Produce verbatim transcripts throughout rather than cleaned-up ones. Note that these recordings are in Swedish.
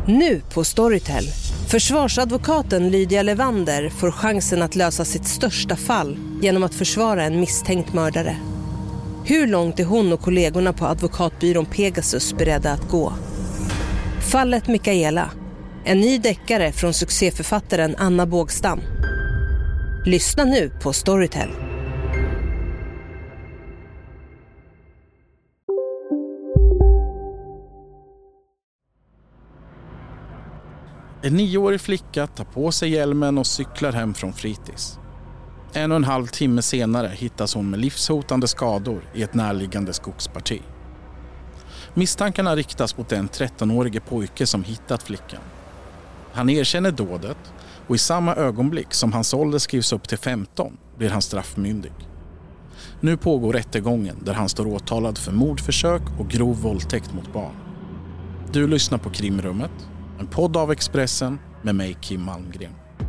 Nu på Storytel. Försvarsadvokaten Lydia Levander får chansen att lösa sitt största fall genom att försvara en misstänkt mördare. Hur långt är hon och kollegorna på advokatbyrån Pegasus beredda att gå? Fallet Mikaela. En ny deckare från succéförfattaren Anna Bågstam. Lyssna nu på Storytel. En nioårig flicka tar på sig hjälmen och cyklar hem från fritids. En och en halv timme senare hittas hon med livshotande skador i ett närliggande skogsparti. Misstankarna riktas mot den trettonårige pojke som hittat flickan. Han erkänner dådet och i samma ögonblick som hans ålder skrivs upp till femton blir han straffmyndig. Nu pågår rättegången där han står åtalad för mordförsök och grov våldtäkt mot barn. Du lyssnar på Krimrummet, en podd av Expressen med mig Kim Malmgren.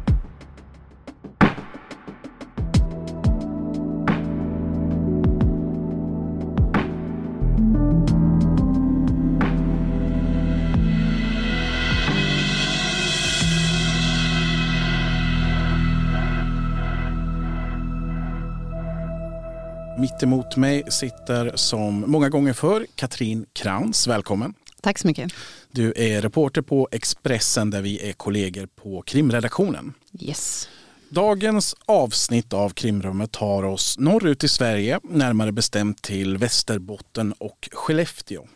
Mitt emot mig sitter som många gånger förr Katrin Krantz. Välkommen. Tack så mycket. Du är reporter på Expressen där vi är kollegor på krimredaktionen. Yes. Dagens avsnitt av Krimrummet tar oss norrut i Sverige, närmare bestämt till Västerbotten och Skellefteå.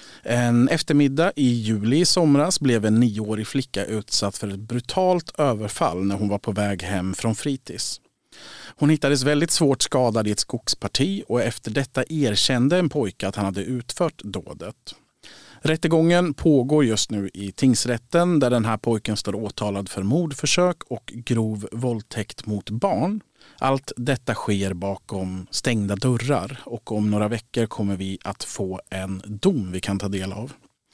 En eftermiddag i juli i somras blev en nioårig flicka utsatt för ett brutalt överfall när hon var på väg hem från fritids. Hon hittades väldigt svårt skadad i ett skogsparti och efter detta erkände en pojke att han hade utfört dådet. Rättegången pågår just nu i tingsrätten där den här pojken står åtalad för mordförsök och grov våldtäkt mot barn. Allt detta sker bakom stängda dörrar och om några veckor kommer vi att få en dom vi kan ta del av.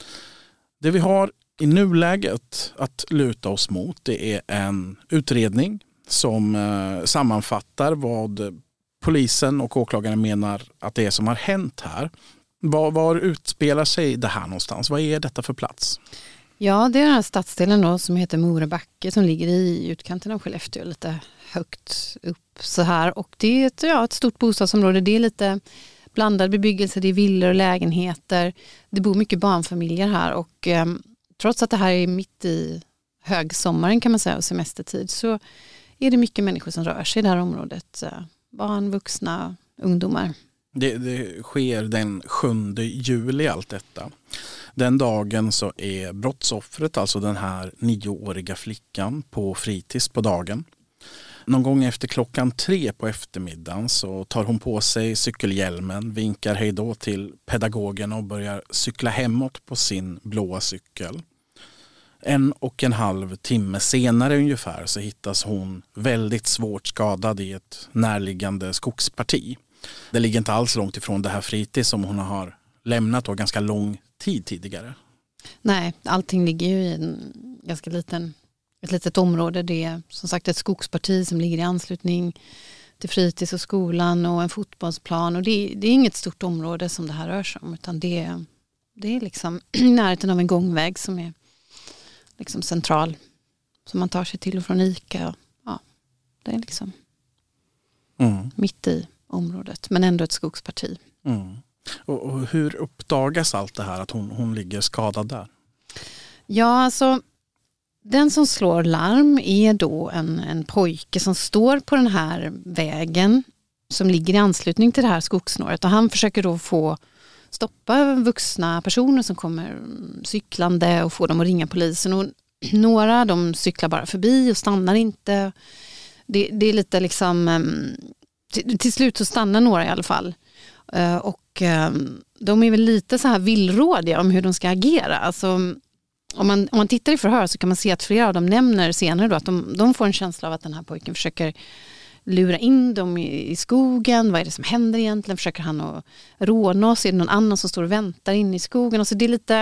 Det vi har i nuläget att luta oss mot det är en utredning som eh, sammanfattar vad polisen och åklagaren menar att det är som har hänt här. Var, var utspelar sig det här någonstans? Vad är detta för plats? Ja, det är den här stadsdelen då, som heter Morabacke som ligger i utkanten av Skellefteå, lite högt upp så här. Och det är ett, ja, ett stort bostadsområde. Det är lite blandad bebyggelse, det är villor och lägenheter. Det bor mycket barnfamiljer här och eh, trots att det här är mitt i högsommaren kan man säga och semestertid så är det mycket människor som rör sig i det här området. Barn, vuxna, ungdomar. Det, det sker den sjunde juli allt detta. Den dagen så är brottsoffret, alltså den här nioåriga flickan, på fritids på dagen. Någon gång efter klockan tre på eftermiddagen så tar hon på sig cykelhjälmen, vinkar hej då till pedagogen och börjar cykla hemåt på sin blåa cykel. En och en halv timme senare ungefär så hittas hon väldigt svårt skadad i ett närliggande skogsparti. Det ligger inte alls långt ifrån det här fritids som hon har lämnat och ganska lång tid tidigare. Nej, allting ligger ju i en ganska liten, ett litet område. Det är som sagt ett skogsparti som ligger i anslutning till fritids och skolan och en fotbollsplan. Och det, det är inget stort område som det här rör sig om utan det, det är liksom i närheten av en gångväg som är liksom central. Som man tar sig till och från Ica. Ja, det är liksom mm. mitt i området, men ändå ett skogsparti. Mm. Och, och hur uppdagas allt det här att hon, hon ligger skadad där? Ja, alltså den som slår larm är då en, en pojke som står på den här vägen som ligger i anslutning till det här skogssnåret och han försöker då få stoppa vuxna personer som kommer cyklande och få dem att ringa polisen och några de cyklar bara förbi och stannar inte. Det, det är lite liksom till, till slut så stannar några i alla fall och de är väl lite så här villrådiga om hur de ska agera. Alltså om man, om man tittar i förhör så kan man se att flera av dem nämner senare då att de, de får en känsla av att den här pojken försöker lura in dem i, i skogen. Vad är det som händer egentligen? Försöker han att råna oss? Är det någon annan som står och väntar in i skogen? Alltså det är lite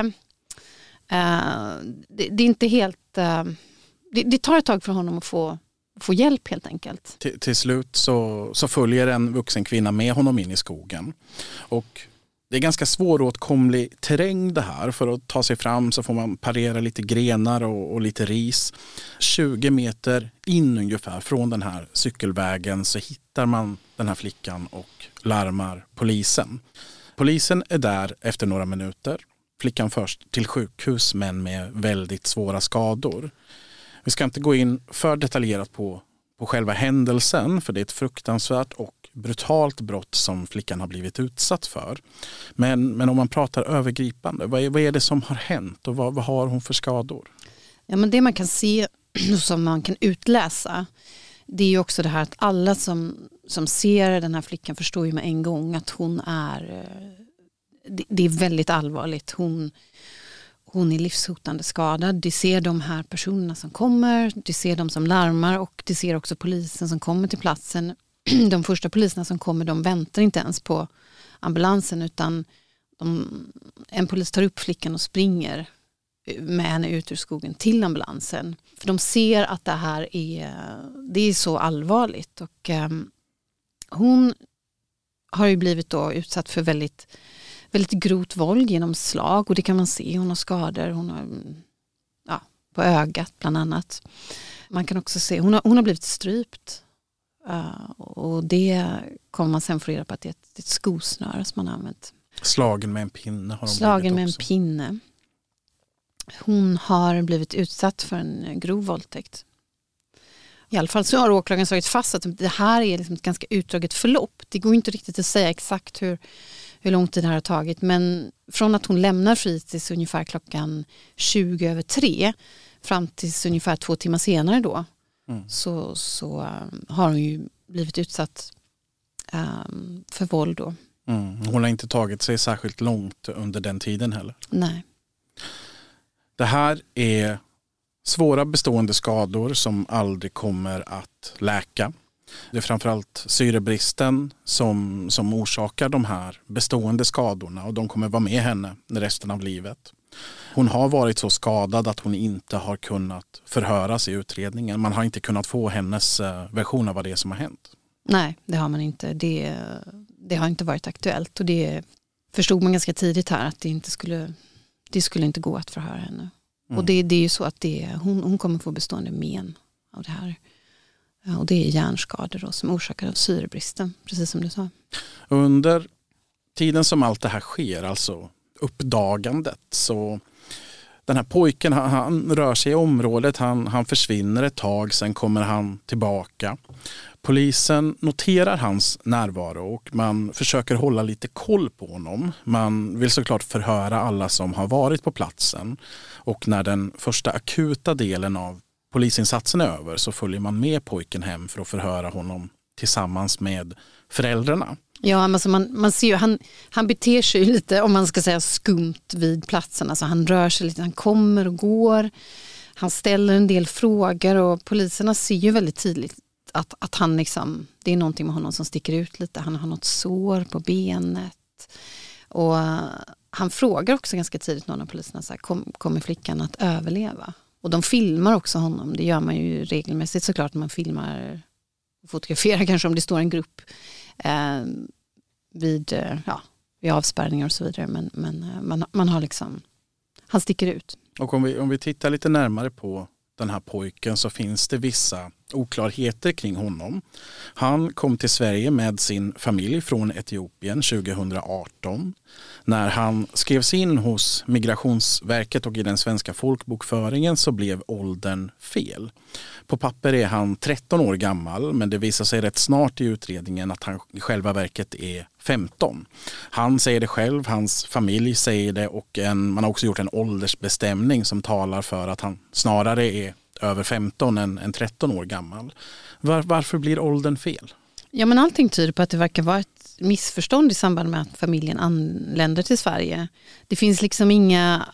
uh, det, det är inte helt uh, det, det tar ett tag för honom att få, få hjälp helt enkelt. Till, till slut så, så följer en vuxen kvinna med honom in i skogen och Det är ganska svåråtkomlig terräng det här. För att ta sig fram så får man parera lite grenar och, och lite ris. tjugo meter in ungefär från den här cykelvägen så hittar man den här flickan och larmar polisen. Polisen är där efter några minuter. Flickan först till sjukhus men med väldigt svåra skador. Vi ska inte gå in för detaljerat på, på själva händelsen för det är ett fruktansvärt och brutalt brott som flickan har blivit utsatt för. Men, men om man pratar övergripande, vad är, vad är det som har hänt och vad, vad har hon för skador? Ja, men det man kan se som man kan utläsa det är ju också det här att alla som, som ser den här flickan förstår ju med en gång att hon är, det, det är väldigt allvarligt. Hon, hon är livshotande skadad. De ser de här personerna som kommer, de ser de som larmar och de ser också polisen som kommer till platsen. De första poliserna som kommer, de väntar inte ens på ambulansen utan de, en polis tar upp flickan och springer med henne ut ur skogen till ambulansen. För de ser att det här är, det är så allvarligt. Och um, hon har ju blivit då utsatt för väldigt, väldigt grovt våld genom slag. Och det kan man se, hon har skador. Hon har, ja, på ögat bland annat. Man kan också se, hon har, hon har blivit strypt. Uh, och det kommer man sen få reda på att det är ett, ett skosnöre som man har använt. Slagen med en pinne har hon Slagen med också. en pinne. Hon har blivit utsatt för en grov våldtäkt. I alla fall så har åklagaren slagit fast att det här är liksom ett ganska utdraget förlopp. Det går inte riktigt att säga exakt hur, hur lång tid det här har tagit. Men från att hon lämnar fritids ungefär klockan tjugo över tre fram tills ungefär två timmar senare då. Mm. Så, så um, har hon ju blivit utsatt um, för våld då. Mm. Hon har inte tagit sig särskilt långt under den tiden heller. Nej. Det här är svåra bestående skador som aldrig kommer att läka. Det är framförallt syrebristen som, som orsakar de här bestående skadorna och de kommer vara med henne resten av livet. Hon har varit så skadad att hon inte har kunnat förhöras i utredningen. Man har inte kunnat få hennes version av vad det är som har hänt. Nej, det har man inte. Det, det har inte varit aktuellt och det förstod man ganska tidigt här att det inte skulle, det skulle inte gå att förhöra henne. Mm. Och det, det är ju så att det, hon, hon kommer få bestående men av det här. Och det är hjärnskador då, som orsakar av syrebristen, precis som du sa. Under tiden som allt det här sker, alltså uppdagandet, så den här pojken han, han rör sig i området, han, han försvinner ett tag, sen kommer han tillbaka. Polisen noterar hans närvaro och man försöker hålla lite koll på honom. Man vill såklart förhöra alla som har varit på platsen och när den första akuta delen av polisinsatsen är över så följer man med pojken hem för att förhöra honom tillsammans med föräldrarna. Ja, alltså man, man ser ju, han, han beter sig lite, om man ska säga skumt vid platsen. Alltså han rör sig lite, han kommer och går. Han ställer en del frågor och poliserna ser ju väldigt tydligt att, att han liksom, det är någonting med honom som sticker ut lite. Han har något sår på benet. Och han frågar också ganska tidigt någon av poliserna så här, kom, kommer flickan att överleva? Och de filmar också honom. Det gör man ju regelmässigt såklart när man filmar och fotograferar kanske om det står en grupp eh, vid, eh, ja, vid avspärrningar och så vidare. Men, men eh, man, man har liksom, han sticker ut. Och om vi, om vi tittar lite närmare på den här pojken så finns det vissa oklarheter kring honom. Han kom till Sverige med sin familj från Etiopien tjugo arton. När han skrevs in hos Migrationsverket och i den svenska folkbokföringen så blev åldern fel. På papper är han tretton år gammal men det visar sig rätt snart i utredningen att han i själva verket är femton. Han säger det själv, hans familj säger det och en, man har också gjort en åldersbestämning som talar för att han snarare är över femton än, än tretton år gammal. Var, varför blir åldern fel? Ja, men allting tyder på att det verkar vara ett missförstånd i samband med att familjen anländer till Sverige. Det finns liksom inga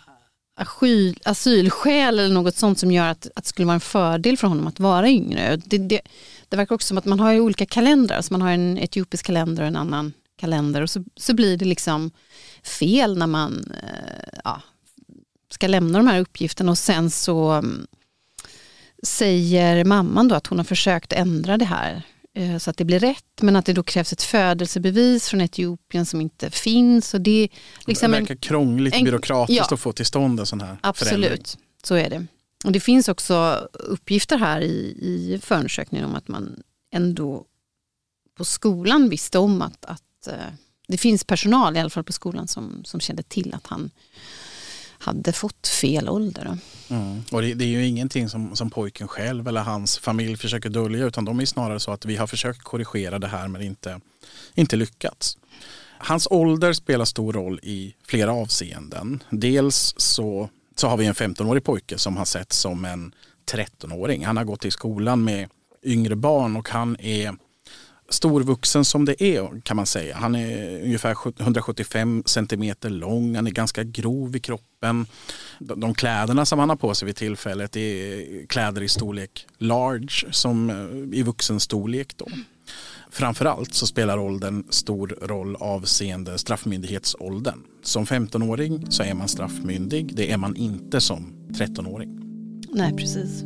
asyl, asylskäl eller något sånt som gör att, att det skulle vara en fördel för honom att vara yngre. Det, det, det verkar också som att man har ju olika kalendrar. Så man har en etiopisk kalender och en annan kalender. Och så, så blir det liksom fel när man eh, ja, ska lämna de här uppgifterna. Och sen så säger mamman då att hon har försökt ändra det här så att det blir rätt, men att det då krävs ett födelsebevis från Etiopien som inte finns. Och det, liksom det verkar en, krångligt, en, byråkratiskt ja, att få till stånd en sån här absolut, förändring. Så är det. Och det finns också uppgifter här i, i förundersökningen om att man ändå på skolan visste om att, att det finns personal i alla fall på skolan som, som kände till att han hade fått fel ålder. Mm. Och det, det är ju ingenting som, som pojken själv eller hans familj försöker dölja, utan de är snarare så att vi har försökt korrigera det här men inte, inte lyckats. Hans ålder spelar stor roll i flera avseenden. Dels så, så har vi en femtonårig pojke som har sett som en trettonåring. Han har gått i skolan med yngre barn och han är storvuxen som det är, kan man säga. Han är ungefär hundrasjuttiofem centimeter lång, han är ganska grov i kroppen. De kläderna som han har på sig vid tillfället är kläder i storlek large, som i vuxen storlek då. Framförallt så spelar åldern stor roll avseende straffmyndighetsåldern. Som femtonåring så är man straffmyndig, det är man inte som trettonåring. Nej, precis.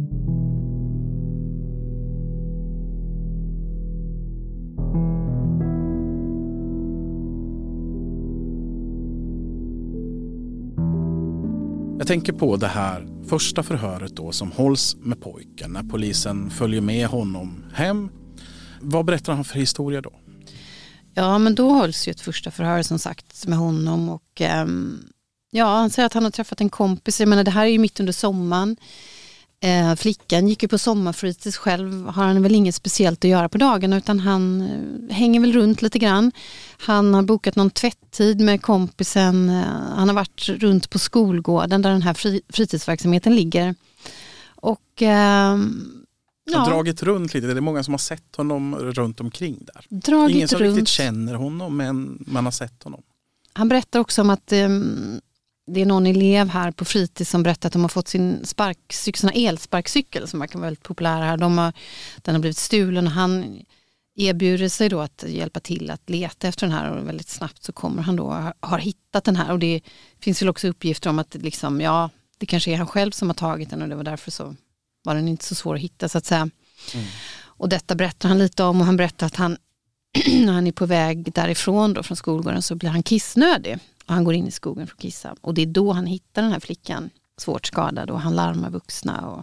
Jag tänker på det här första förhöret då som hålls med pojken när polisen följer med honom hem. Vad berättar han för historia då? Ja, men då hålls ju ett första förhör som sagt med honom och ähm, ja, han säger att han har träffat en kompis. Jag menar, det här är ju mitt under sommaren. Eh, flickan gick ju på sommarfritids, själv har han väl inget speciellt att göra på dagarna utan han eh, hänger väl runt lite grann. Han har bokat någon tvätttid med kompisen. Eh, han har varit runt på skolgården där den här fri, fritidsverksamheten ligger. Och eh, ja. Har dragit runt lite. Det är många som har sett honom runt omkring där. Dragit Ingen som runt. riktigt känner honom, men man har sett honom. Han berättar också om att eh, det är någon elev här på fritids som berättar att de har fått sin sparkcykel, sån elsparkcykel som verkar vara väldigt populär här. De har, den har blivit stulen och han erbjuder sig då att hjälpa till att leta efter den här och väldigt snabbt så kommer han då har hittat den här och det finns väl också uppgifter om att liksom, ja, det kanske är han själv som har tagit den och det var därför så var den inte så svår att hitta så att säga. Mm. Och detta berättar han lite om och han berättar att han när han är på väg därifrån då från skolgården så blir han kissnödig. Och han går in i skogen för att kissa. Och det är då han hittar den här flickan svårt skadad och han larmar vuxna. Och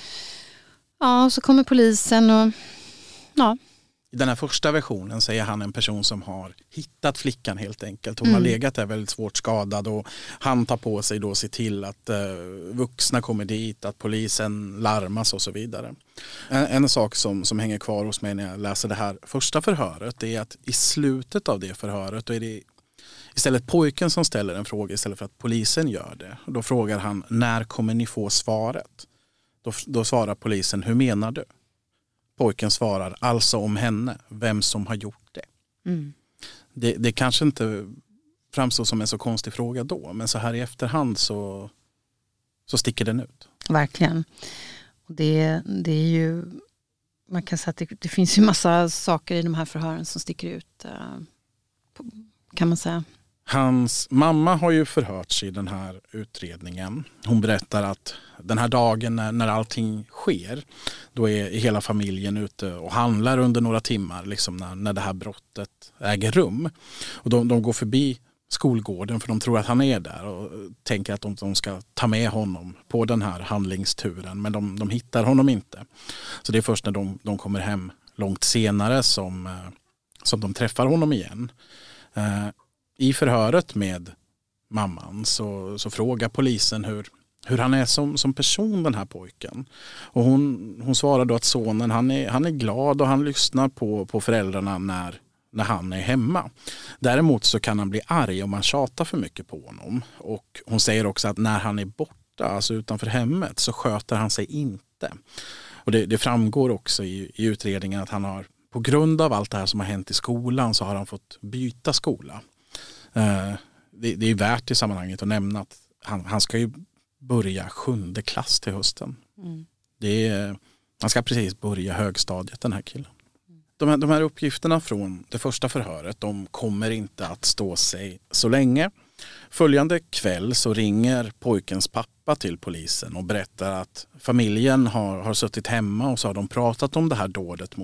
ja, så kommer polisen och ja. I den här första versionen så är han en person som har hittat flickan helt enkelt. Hon Mm. har legat där väldigt svårt skadad och han tar på sig då att se till att uh, vuxna kommer dit, att polisen larmas och så vidare. En, en sak som, som hänger kvar hos mig när jag läser det här första förhöret är att i slutet av det förhöret då är det istället pojken som ställer en fråga istället för att polisen gör det. Då frågar han, när kommer ni få svaret? Då, då svarar polisen, hur menar du? Pojken svarar, alltså om henne, vem som har gjort det. Mm. Det, det kanske inte framstår som en så konstig fråga då, men så här i efterhand så, så sticker den ut. Verkligen. Och det, det är ju, man kan säga att det, det finns ju massa saker i de här förhören som sticker ut, kan man säga. Hans mamma har ju förhörts i den här utredningen. Hon berättar att den här dagen när, när allting sker, då är hela familjen ute och handlar under några timmar liksom när, när det här brottet äger rum. Och de, de går förbi skolgården för de tror att han är där och tänker att de, de ska ta med honom på den här handlingsturen, men de, de hittar honom inte. Så det är först när de, de kommer hem långt senare som, som de träffar honom igen. I förhöret med mamman så, så frågar polisen hur, hur han är som, som person, den här pojken. Och hon, hon svarar då att sonen han är, han är glad och han lyssnar på, på föräldrarna när, när han är hemma. Däremot så kan han bli arg om man tjatar för mycket på honom. Och hon säger också att när han är borta, alltså utanför hemmet, så sköter han sig inte. Och det, det framgår också i, i utredningen att han har, på grund av allt det här som har hänt i skolan, så har han fått byta skola. Uh, det, det är värt i sammanhanget att nämna att han, han ska ju börja sjunde klass till hösten. Mm. Det är, han ska precis börja högstadiet, den här killen. Mm. De, här, de här uppgifterna från det första förhöret, de kommer inte att stå sig så länge. Följande kväll så ringer pojkens pappa till polisen och berättar att familjen har, har suttit hemma och så har de pratat om det här dådet mot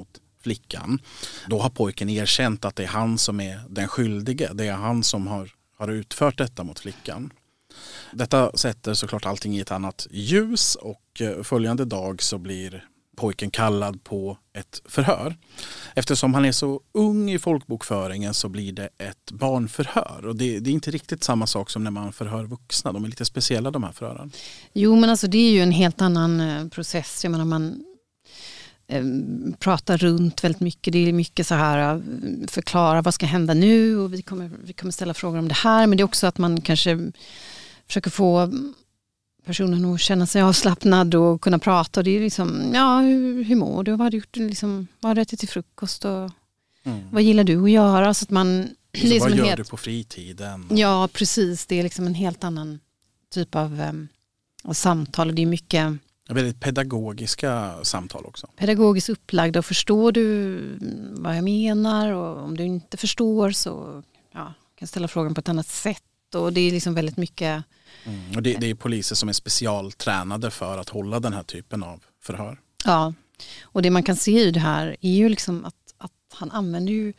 flickan. Då har pojken erkänt att det är han som är den skyldige. Det är han som har, har utfört detta mot flickan. Detta sätter såklart allting i ett annat ljus och följande dag så blir pojken kallad på ett förhör. Eftersom han är så ung i folkbokföringen så blir det ett barnförhör. Och det, det är inte riktigt samma sak som när man förhör vuxna. De är lite speciella de här förhören. Jo, men alltså det är ju en helt annan eh, process. Jag menar, man eh, pratar runt väldigt mycket. Det är mycket så här, eh, förklara vad ska hända nu och vi kommer, vi kommer ställa frågor om det här. Men det är också att man kanske försöker få personen att känna sig avslappnad och kunna prata. Och det är liksom, ja, hur, hur mår du? Vad har du gjort? Liksom, vad har du ätit till frukost? Och mm. vad gillar du att göra? Så att man, så vad gör helt, du på fritiden? Ja, precis. Det är liksom en helt annan typ av, um, av samtal. Och det är mycket väldigt pedagogiska samtal också. Pedagogiskt upplagda. Och förstår du vad jag menar? Och om du inte förstår så ja, kan jag ställa frågan på ett annat sätt. Och det är liksom väldigt mycket... Mm, och det, det är poliser som är specialtränade för att hålla den här typen av förhör. Ja, och det man kan se i det här är ju liksom att, att han använder ju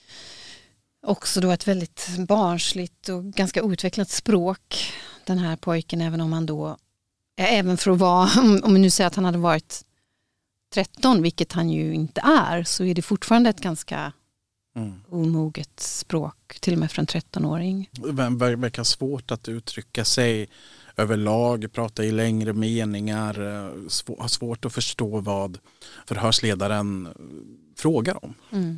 också då ett väldigt barnsligt och ganska outvecklat språk, den här pojken, även om han då, även för att vara, om vi nu säger att han hade varit tretton, vilket han ju inte är, så är det fortfarande ett ganska mm. omoget språk, till och med för en trettonåring. Det verkar svårt att uttrycka sig överlag, prata i längre meningar, svår, har svårt att förstå vad förhörsledaren frågar om. Mm.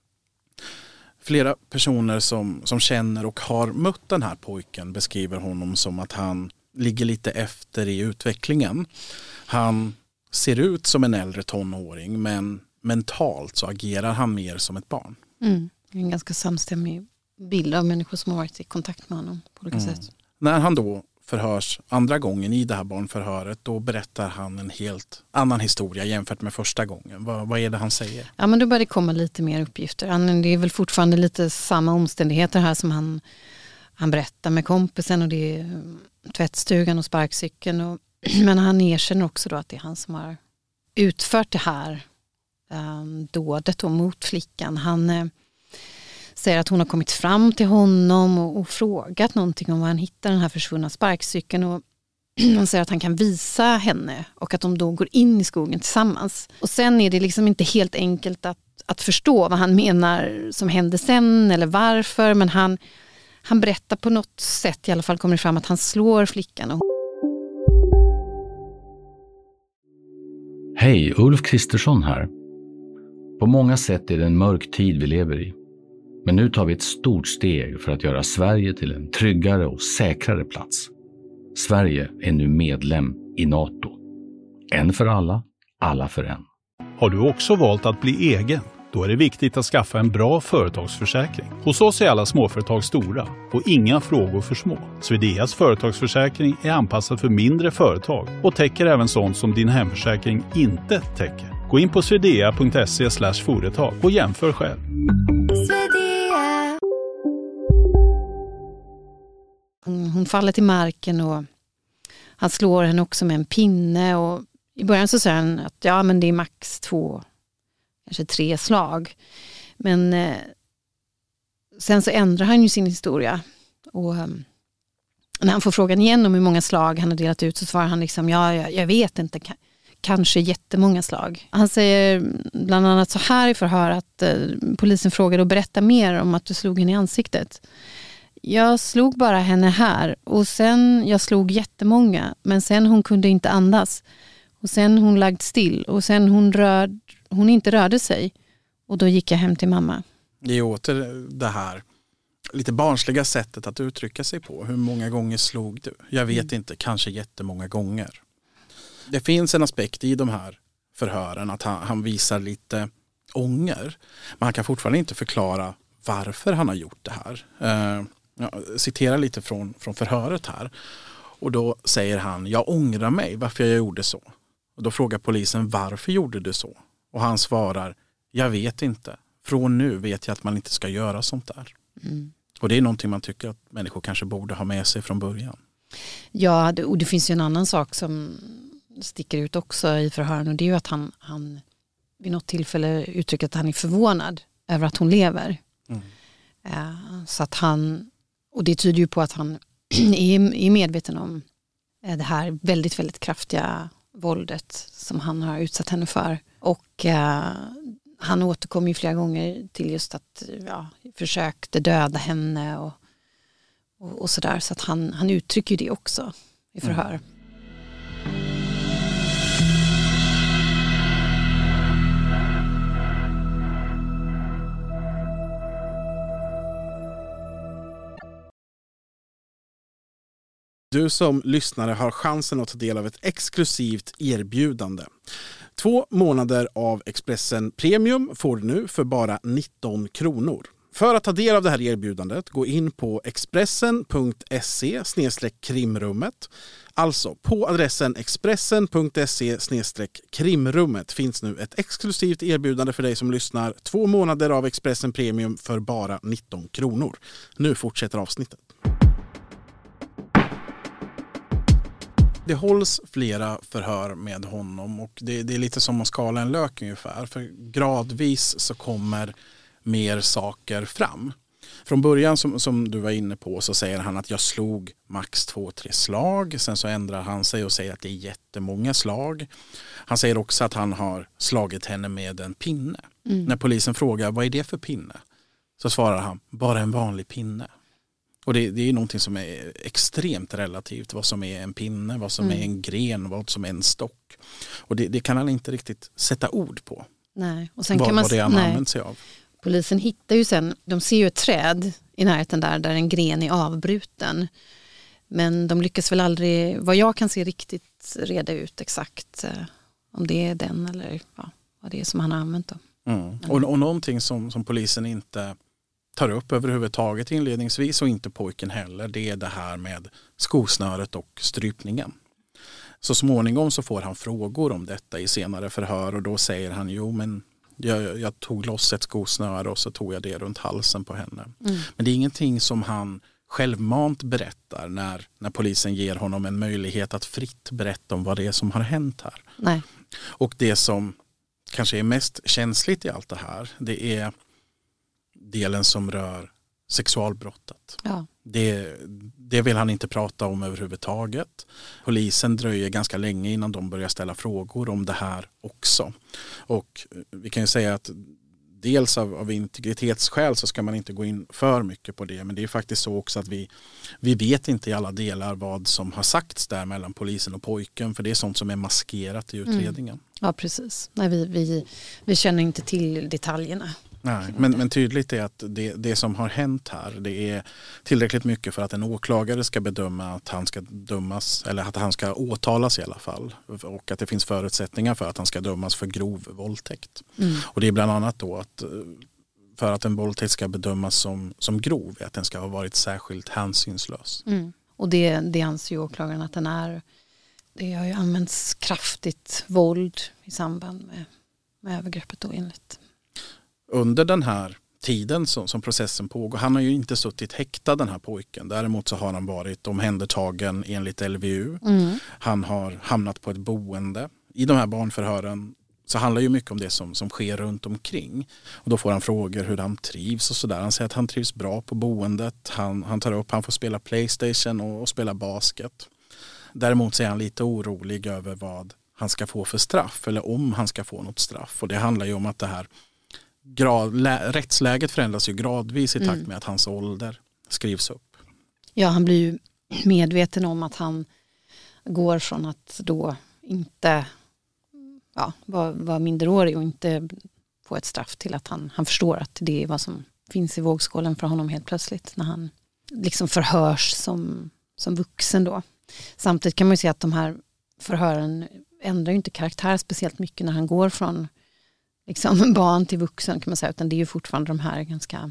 Flera personer som, som känner och har mött den här pojken beskriver honom som att han ligger lite efter i utvecklingen. Han ser ut som en äldre tonåring, men mentalt så agerar han mer som ett barn. Mm. En ganska samstämmig bild av människor som har varit i kontakt med honom på olika mm. sätt. När han då förhörs andra gången i det här barnförhöret, då berättar han en helt annan historia jämfört med första gången. Vad, vad är det han säger? Ja, men då börjar det komma lite mer uppgifter. Han, det är väl fortfarande lite samma omständigheter här som han, han berättar med kompisen, och det är tvättstugan och sparkcykeln. Och, men han erkänner också då att det är han som har utfört det här um, dådet då mot flickan. Han eh, säger att hon har kommit fram till honom och, och frågat någonting om var han hittar den här försvunna sparkcykeln, och han säger att han kan visa henne och att de då går in i skogen tillsammans. Och sen är det liksom inte helt enkelt att, att förstå vad han menar som hände sen eller varför, men han, han berättar på något sätt, i alla fall kommer det fram, att han slår flickan. Och... Hej, Ulf Kristersson här. På många sätt är det en mörk tid vi lever i. Men nu tar vi ett stort steg för att göra Sverige till en tryggare och säkrare plats. Sverige är nu medlem i NATO. En för alla, alla för en. Har du också valt att bli egen? Då är det viktigt att skaffa en bra företagsförsäkring. Hos oss är alla småföretag stora och inga frågor för små. Swedeas företagsförsäkring är anpassad för mindre företag och täcker även sånt som din hemförsäkring inte täcker. Gå in på swedea punkt se slash företag och jämför själv. Hon faller till marken och han slår henne också med en pinne, och i början så säger han att ja, men det är max två, kanske tre slag. Men eh, sen så ändrar han ju sin historia, och eh, när han får frågan igen om hur många slag han har delat ut, så svarar han liksom ja, jag, jag vet inte, k- kanske jättemånga slag. Han säger bland annat så här i förhör att eh, polisen frågade och berätta mer om att du slog henne i ansiktet. Jag slog bara henne här, och sen jag slog jättemånga, men sen hon kunde inte andas, och sen hon lagd still, och sen hon, rör, hon inte rörde sig, och då gick jag hem till mamma. Det är åter det här lite barnsliga sättet att uttrycka sig på. Hur många gånger slog du? Jag vet mm. inte, kanske jättemånga gånger. Det finns en aspekt i de här förhören att han, han visar lite ånger, men han kan fortfarande inte förklara varför han har gjort det här. Uh, Jag citerar lite från, från förhöret här. Och då säger han, jag ångrar mig varför jag gjorde så. Och då frågar polisen, varför gjorde du så? Och han svarar, jag vet inte. Från nu vet jag att man inte ska göra sånt där. Mm. Och det är någonting man tycker att människor kanske borde ha med sig från början. Ja, och det finns ju en annan sak som sticker ut också i förhören, och det är ju att han, han vid något tillfälle uttryckt att han är förvånad över att hon lever. Mm. Uh, så att han, och det tyder ju på att han är, är medveten om uh, det här väldigt, väldigt kraftiga våldet som han har utsatt henne för. Och uh, han återkommer ju flera gånger till just att ja, försökte döda henne och, och, och sådär. Så att han, han uttrycker det också i förhör. Mm. Du som lyssnare har chansen att ta del av ett exklusivt erbjudande. Två månader av Expressen Premium får du nu för bara nitton kronor. För att ta del av det här erbjudandet, gå in på expressen punkt se slash krimrummet. Alltså på adressen expressen punkt se slash krimrummet finns nu ett exklusivt erbjudande för dig som lyssnar. Två månader av Expressen Premium för bara nitton kronor. Nu fortsätter avsnittet. Det hålls flera förhör med honom och det, det är lite som att skala en lök ungefär. För gradvis så kommer mer saker fram. Från början som, som du var inne på så säger han att jag slog max två, tre slag. Sen så ändrar han sig och säger att det är jättemånga slag. Han säger också att han har slagit henne med en pinne. Mm. När polisen frågar vad är det för pinne så svarar han bara en vanlig pinne. Och det, det är någonting som är extremt relativt. Vad som är en pinne, vad som mm. är en gren, vad som är en stock. Och det, det kan han inte riktigt sätta ord på. Nej. Och sen vad, kan man, vad det han nej. använt sig av. Polisen hittar ju sen, de ser ju ett träd i närheten där, där en gren är avbruten. Men de lyckas väl aldrig, vad jag kan se, riktigt reda ut exakt eh, om det är den eller ja, vad det är som han har använt då. Mm. Och, och någonting som, som polisen inte tar upp överhuvudtaget inledningsvis och inte pojken heller, det är det här med skosnöret och strypningen. Så småningom så får han frågor om detta i senare förhör och då säger han jo men jag, jag tog loss ett skosnöre och så tog jag det runt halsen på henne. Mm. Men det är ingenting som han självmant berättar när, när polisen ger honom en möjlighet att fritt berätta om vad det är som har hänt här. Nej. Och det som kanske är mest känsligt i allt det här, det är delen som rör sexualbrottet. Ja. Det, det vill han inte prata om överhuvudtaget. Polisen dröjer ganska länge innan de börjar ställa frågor om det här också. Och vi kan ju säga att dels av, av integritetsskäl så ska man inte gå in för mycket på det. Men det är faktiskt så också att vi, vi vet inte i alla delar vad som har sagts där mellan polisen och pojken. För det är sånt som är maskerat i utredningen. Mm. Ja, precis. Nej, vi, vi, vi känner inte till detaljerna. Nej, men, men tydligt är att det, det som har hänt här, det är tillräckligt mycket för att en åklagare ska bedöma att han ska dömas, eller att han ska åtalas i alla fall. Och att det finns förutsättningar för att han ska dömas för grov våldtäkt. Mm. Och det är bland annat då att för att en våldtäkt ska bedömas som, som grov, att den ska ha varit särskilt hänsynslös. Mm. Och det, det anser ju åklagaren att den är. Det har ju använts kraftigt våld i samband med, med övergreppet då enligt. Under den här tiden som, som processen pågår, han har ju inte suttit häktad den här pojken. Däremot så har han varit omhändertagen enligt L V U. Mm. Han har hamnat på ett boende. I de här barnförhören så handlar ju mycket om det som, som sker runt omkring. Och då får han frågor hur han trivs och sådär. Han säger att han trivs bra på boendet. Han, han tar upp, han får spela PlayStation och, och spela basket. Däremot så är han lite orolig över vad han ska få för straff. Eller om han ska få något straff. Och det handlar ju om att det här Grad, lä, rättsläget förändras ju gradvis i takt med mm. att hans ålder skrivs upp. Ja, han blir ju medveten om att han går från att då inte ja, vara var minderårig och inte få ett straff till att han, han förstår att det är vad som finns i vågskålen för honom helt plötsligt när han liksom förhörs som, som vuxen då. Samtidigt kan man ju se att de här förhören ändrar ju inte karaktär speciellt mycket när han går från liksom barn till vuxen kan man säga, utan det är ju fortfarande de här ganska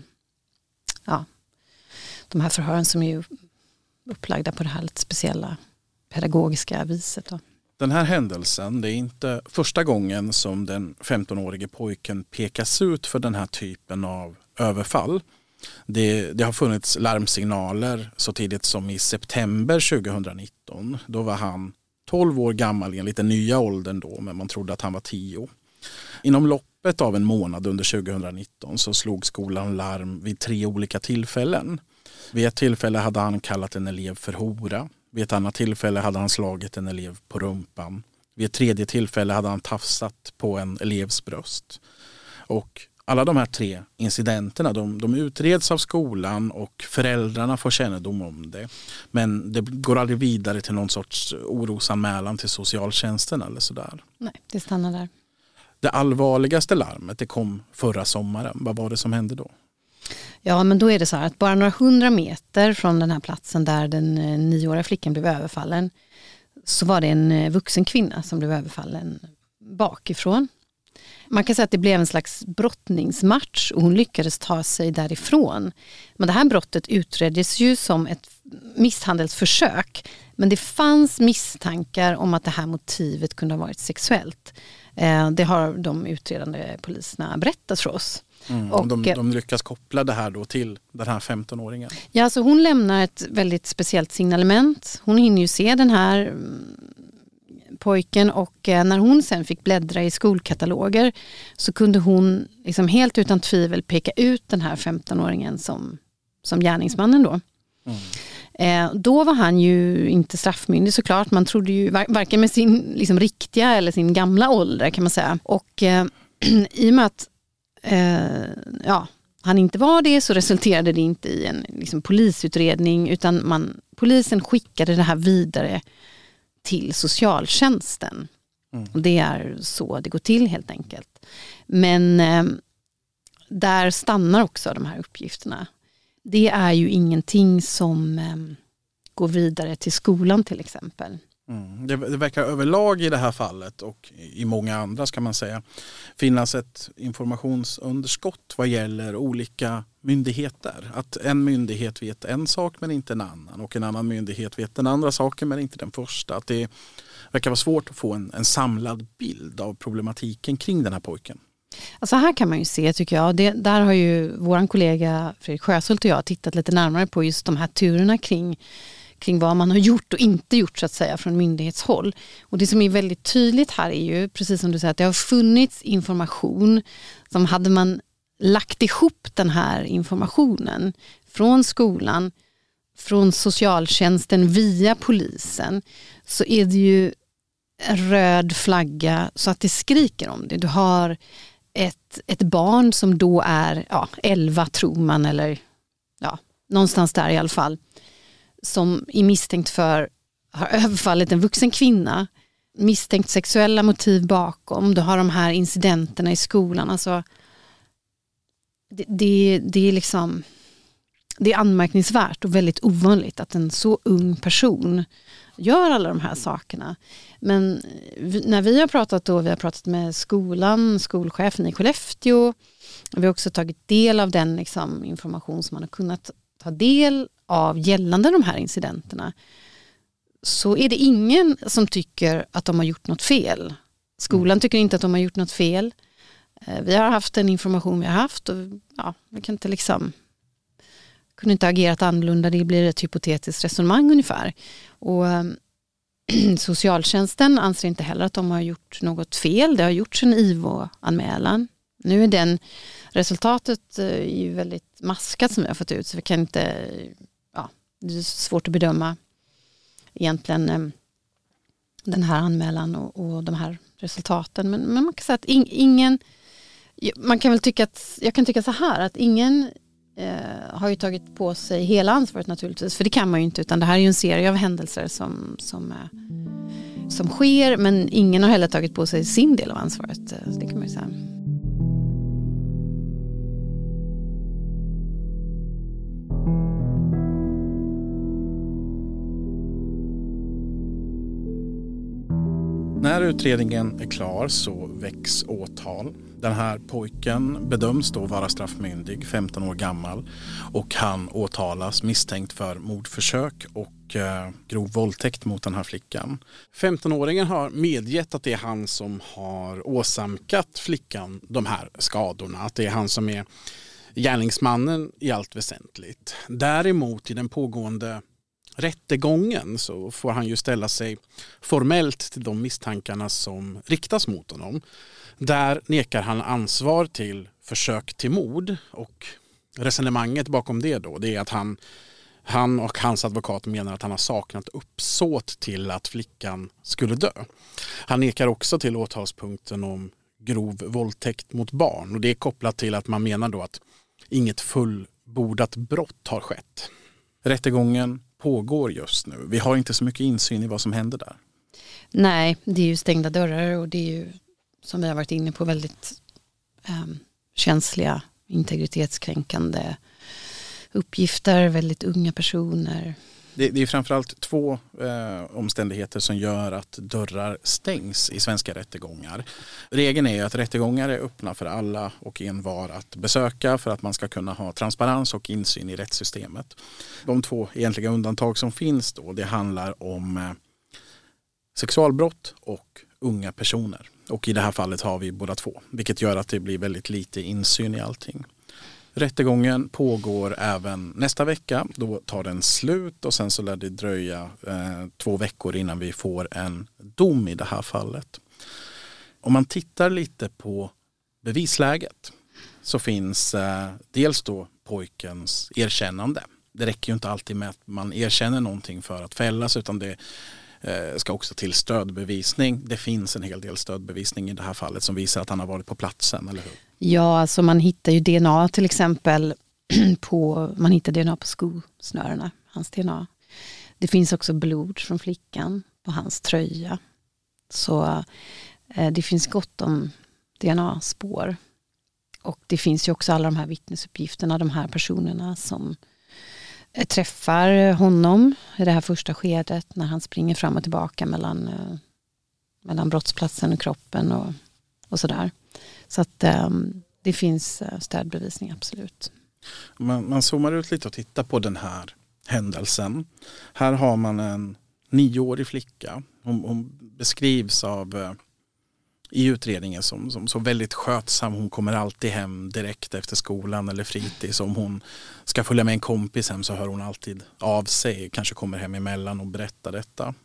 ja, de här förhören som är ju upplagda på det här lite speciella pedagogiska viset då. Den här händelsen, det är inte första gången som den femtonårige pojken pekas ut för den här typen av överfall. Det, det har funnits larmsignaler så tidigt som i september tjugonitton. Då var han tolv år gammal i en lite nya åldern då, men man trodde att han var tio. Inom loppet av en månad under tjugonitton så slog skolan larm vid tre olika tillfällen. Vid ett tillfälle hade han kallat en elev för hora. Vid ett annat tillfälle hade han slagit en elev på rumpan. Vid ett tredje tillfälle hade han tafsat på en elevs bröst. Och alla de här tre incidenterna de, de utreds av skolan och föräldrarna får kännedom om det. Men det går aldrig vidare till någon sorts orosanmälan till socialtjänsten eller sådär. Nej, det stannar där. Det allvarligaste larmet det kom förra sommaren. Vad var det som hände då? Ja, men då är det så här att bara några hundra meter från den här platsen där den nioåriga flickan blev överfallen så var det en vuxen kvinna som blev överfallen bakifrån. Man kan säga att det blev en slags brottningsmatch och hon lyckades ta sig därifrån. Men det här brottet utreddes ju som ett misshandelsförsök. Men det fanns misstankar om att det här motivet kunde ha varit sexuellt. Det har de utredande poliserna berättat för oss. Mm, och de, de lyckas koppla det här då till den här femtonåringen. Ja, alltså hon lämnar ett väldigt speciellt signalement. Hon hinner ju se den här pojken och när hon sen fick bläddra i skolkataloger så kunde hon liksom helt utan tvivel peka ut den här femtonåringen som, som gärningsmannen då. Mm. Eh, då var han ju inte straffmyndig såklart. Man trodde ju var, varken med sin liksom, riktiga eller sin gamla ålder kan man säga. Och eh, i och med att eh, ja, han inte var det så resulterade det inte i en liksom, polisutredning utan man, polisen skickade det här vidare till socialtjänsten. Mm. Och det är så det går till helt enkelt. Men eh, där stannar också de här uppgifterna. Det är ju ingenting som eh, går vidare till skolan till exempel. Mm. Det, det verkar överlag i det här fallet och i många andra ska man säga finnas ett informationsunderskott vad gäller olika myndigheter. Att en myndighet vet en sak men inte en annan och en annan myndighet vet den andra saken men inte den första. Att det verkar vara svårt att få en, en samlad bild av problematiken kring den här pojken. Alltså här kan man ju se tycker jag, det, där har ju våran kollega Fredrik Sjöshult och jag tittat lite närmare på just de här turerna kring kring vad man har gjort och inte gjort så att säga från myndighetshåll. Och det som är väldigt tydligt här är ju, precis som du säger, att det har funnits information som hade man lagt ihop den här informationen från skolan, från socialtjänsten via polisen så är det ju en röd flagga så att det skriker om det. Du har ett, ett barn som då är ja, elva tror man eller ja, någonstans där i alla fall som är misstänkt för har överfallit en vuxen kvinna, misstänkt sexuella motiv bakom. Du har de här incidenterna i skolan. Alltså, det, det, det är liksom det är anmärkningsvärt och väldigt ovanligt att en så ung person gör alla de här sakerna. Men vi, när vi har pratat då, vi har pratat med skolan, skolchefen i Skellefteå, vi har också tagit del av den liksom, information som man har kunnat ta del av gällande de här incidenterna så är det ingen som tycker att de har gjort något fel. Skolan tycker inte att de har gjort något fel. Vi har haft den information vi har haft och ja, vi kan inte liksom kunde inte agerat annorlunda, det blir ett hypotetiskt resonemang ungefär. Och socialtjänsten anser inte heller att de har gjort något fel. Det har gjorts en I V O-anmälan. Nu är den resultatet är ju väldigt maskat som vi har fått ut så vi kan inte, ja, det är svårt att bedöma egentligen den här anmälan och, och de här resultaten. Men, men man kan säga att in, ingen, man kan väl tycka att, jag kan tycka så här att ingen eh, har ju tagit på sig hela ansvaret naturligtvis, för det kan man ju inte utan det här är ju en serie av händelser som, som, eh, som sker men ingen har heller tagit på sig sin del av ansvaret, det kan man ju säga. När utredningen är klar så väcks åtal. Den här pojken bedöms då vara straffmyndig, femton år gammal och han åtalas misstänkt för mordförsök och eh, grov våldtäkt mot den här flickan. femtonåringen har medgett att det är han som har åsamkat flickan de här skadorna, att det är han som är gärningsmannen i allt väsentligt. Däremot i den pågående rättegången så får han ju ställa sig formellt till de misstankarna som riktas mot honom. Där nekar han ansvar till försök till mord, och resonemanget bakom det då, det är att han, han och hans advokat menar att han har saknat uppsåt till att flickan skulle dö. Han nekar också till åtalspunkten om grov våldtäkt mot barn, och det är kopplat till att man menar då att inget fullbordat brott har skett. Rättegången pågår just nu. Vi har inte så mycket insyn i vad som händer där. Nej, det är ju stängda dörrar, och det är ju, som vi har varit inne på, väldigt eh, känsliga, integritetskränkande uppgifter, väldigt unga personer. Det, det är framförallt två eh, omständigheter som gör att dörrar stängs i svenska rättegångar. Regeln är ju att rättegångar är öppna för alla och envar att besöka för att man ska kunna ha transparens och insyn i rättssystemet. De två egentliga undantag som finns då, det handlar om eh, sexualbrott och unga personer. Och i det här fallet har vi båda två, vilket gör att det blir väldigt lite insyn i allting. Rättegången pågår även nästa vecka. Då tar den slut och sen så lär det dröja eh, två veckor innan vi får en dom i det här fallet. Om man tittar lite på bevisläget så finns eh, dels då pojkens erkännande. Det räcker ju inte alltid med att man erkänner någonting för att fällas, utan det eh, ska också till stödbevisning. Det finns en hel del stödbevisning i det här fallet som visar att han har varit på platsen, eller hur? Ja, alltså man hittar ju D N A till exempel på, man hittar D N A på skosnörena, hans D N A. Det finns också blod från flickan på hans tröja. Så eh, det finns gott om D N A-spår. Och det finns ju också alla de här vittnesuppgifterna, de här personerna som eh, träffar honom i det här första skedet när han springer fram och tillbaka mellan, eh, mellan brottsplatsen och kroppen och, och sådär. Så att um, det finns uh, stödbevisning, absolut. Man, man zoomar ut lite och tittar på den här händelsen. Här har man en nioårig flicka. Hon, hon beskrivs av uh, i utredningen som, som så väldigt skötsam. Hon kommer alltid hem direkt efter skolan eller fritids. Om hon ska följa med en kompis hem så hör hon alltid av sig. Kanske kommer hem emellan och berättar detta.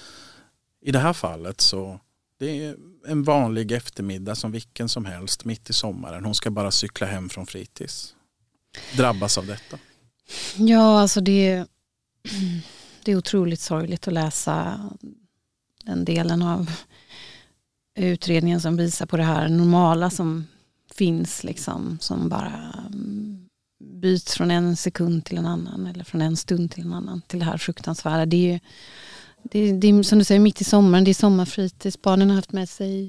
I det här fallet så det är en vanlig eftermiddag som vilken som helst mitt i sommaren. Hon ska bara cykla hem från fritids. Drabbas av detta. Ja, alltså det, det är otroligt sorgligt att läsa den delen av utredningen som visar på det här normala som finns, liksom, som bara byts från en sekund till en annan eller från en stund till en annan till det här fruktansvärda. Det är ju Det, det är som du säger mitt i sommaren, det är sommarfritids, barnen har haft med sig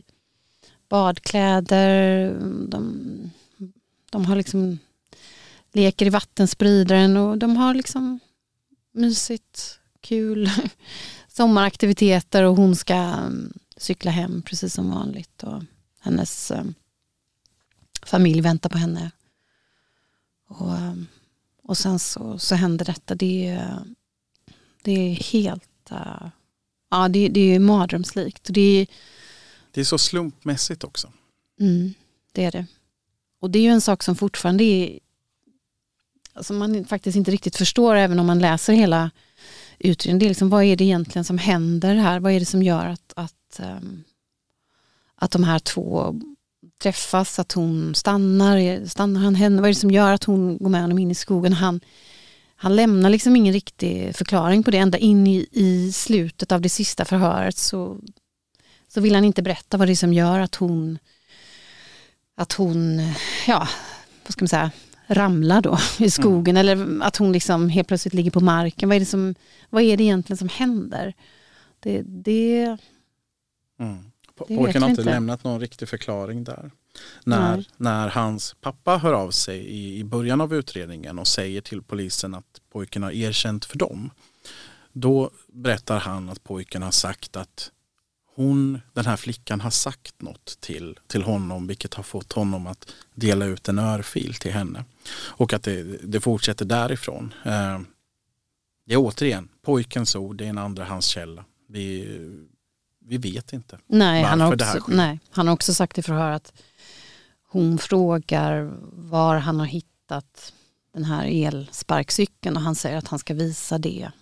badkläder, de, de har liksom leker i vattenspridaren och de har liksom mysigt, kul sommaraktiviteter, och hon ska um, cykla hem precis som vanligt, och hennes um, familj väntar på henne, och, um, och sen så, så händer detta. Det, det är helt Ja, det, det är mardrömslikt. Det är, det är så slumpmässigt också. Mm, det är det. Och det är ju en sak som fortfarande är, alltså man faktiskt inte riktigt förstår även om man läser hela utredningen. Det är liksom, vad är det egentligen som händer här? Vad är det som gör att, att, um, att de här två träffas? Att hon stannar? Stannar han henne? Vad är det som gör att hon går med honom in i skogen? Han Han lämnar liksom ingen riktig förklaring på det. Ända in i, i slutet av det sista förhöret så, så vill han inte berätta vad det är som gör att hon att hon, ja, vad ska man säga, ramlar då i skogen. Mm. Eller att hon liksom helt plötsligt ligger på marken. Vad är det, som, vad är det egentligen som händer? Det, det, mm. Pojken har inte lämnat någon riktig förklaring där. När, när hans pappa hör av sig i, i början av utredningen och säger till polisen att pojken har erkänt för dem, då berättar han att pojken har sagt att hon, den här flickan har sagt något till, till honom, vilket har fått honom att dela ut en örfil till henne. Och att det, det fortsätter därifrån. Eh, det är återigen pojkens ord, det är en andrahandskälla. Vi, vi vet inte nej, varför han har också, det här sker. Nej, han har också sagt i förhör att hon frågar var han har hittat den här elsparkcykeln, och han säger att han ska visa det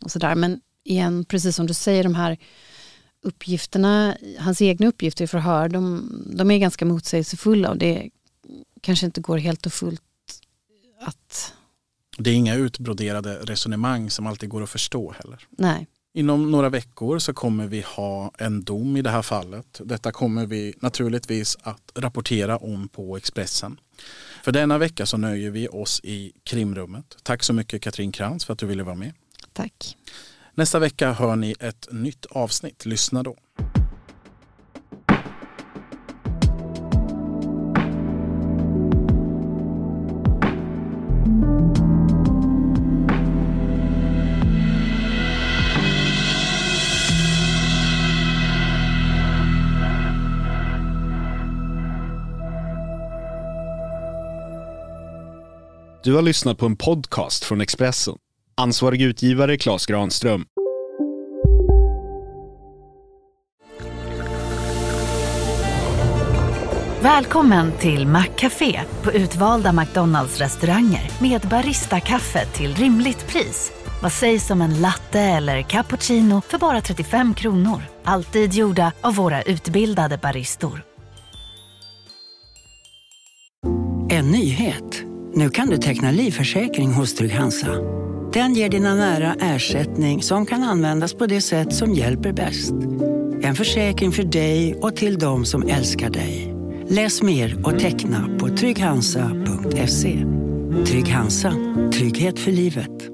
och sådär. Men igen, precis som du säger, de här uppgifterna, hans egna uppgifter i förhör, de, de är ganska motsägelsefulla och det kanske inte går helt och fullt att... Det är inga utbroderade resonemang som alltid går att förstå heller. Nej. Inom några veckor så kommer vi ha en dom i det här fallet. Detta kommer vi naturligtvis att rapportera om på Expressen. För denna vecka så nöjer vi oss i krimrummet. Tack så mycket Katrin Krantz för att du ville vara med. Tack. Nästa vecka hör ni ett nytt avsnitt. Lyssna då. Du har lyssnat på en podcast från Expressen. Ansvarig utgivare Claes Granström. Välkommen till Maccafé på utvalda McDonalds-restauranger med barista-kaffe till rimligt pris. Vad sägs om en latte eller cappuccino för bara trettiofem kronor? Alltid gjorda av våra utbildade baristor. En nyhet. Nu kan du teckna livförsäkring hos Trygg-Hansa. Den ger dina nära ersättning som kan användas på det sätt som hjälper bäst. En försäkring för dig och till de som älskar dig. Läs mer och teckna på trygg hansa punkt se. Trygg-Hansa. Trygghet för livet.